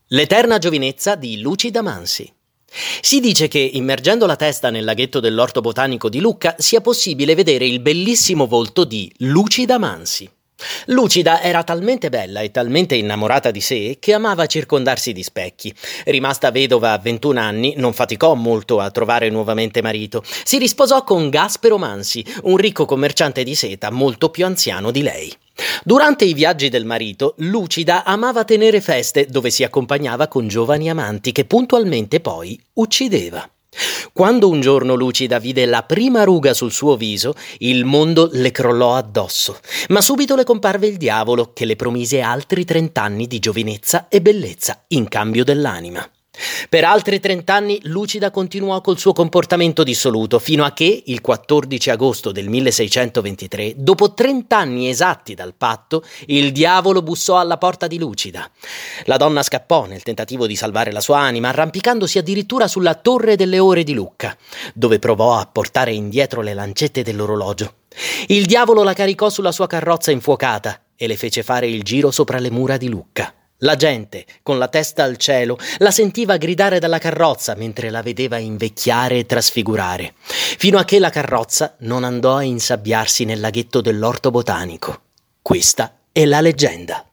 L'eterna giovinezza di Lucida Mansi. Si dice che, immergendo la testa nel laghetto dell'Orto Botanico di Lucca, sia possibile vedere il bellissimo volto di Lucida Mansi. Lucida era talmente bella e talmente innamorata di sé che amava circondarsi di specchi. Rimasta vedova a 21 anni, non faticò molto a trovare nuovamente marito. Si risposò con Gaspero Mansi, un ricco commerciante di seta molto più anziano di lei. Durante i viaggi del marito, Lucida amava tenere feste dove si accompagnava con giovani amanti che puntualmente poi uccideva. Quando un giorno Lucida vide la prima ruga sul suo viso, il mondo le crollò addosso, ma subito le comparve il diavolo che le promise altri 30 anni di giovinezza e bellezza in cambio dell'anima. Per altri 30 anni Lucida continuò col suo comportamento dissoluto fino a che, il 14 agosto del 1623, dopo 30 anni esatti dal patto, il diavolo bussò alla porta di Lucida. La donna scappò nel tentativo di salvare la sua anima, arrampicandosi addirittura sulla Torre delle Ore di Lucca, dove provò a portare indietro le lancette dell'orologio. Il diavolo la caricò sulla sua carrozza infuocata e le fece fare il giro sopra le mura di Lucca. La gente, con la testa al cielo, la sentiva gridare dalla carrozza mentre la vedeva invecchiare e trasfigurare, fino a che la carrozza non andò a insabbiarsi nel laghetto dell'Orto Botanico. Questa è la leggenda.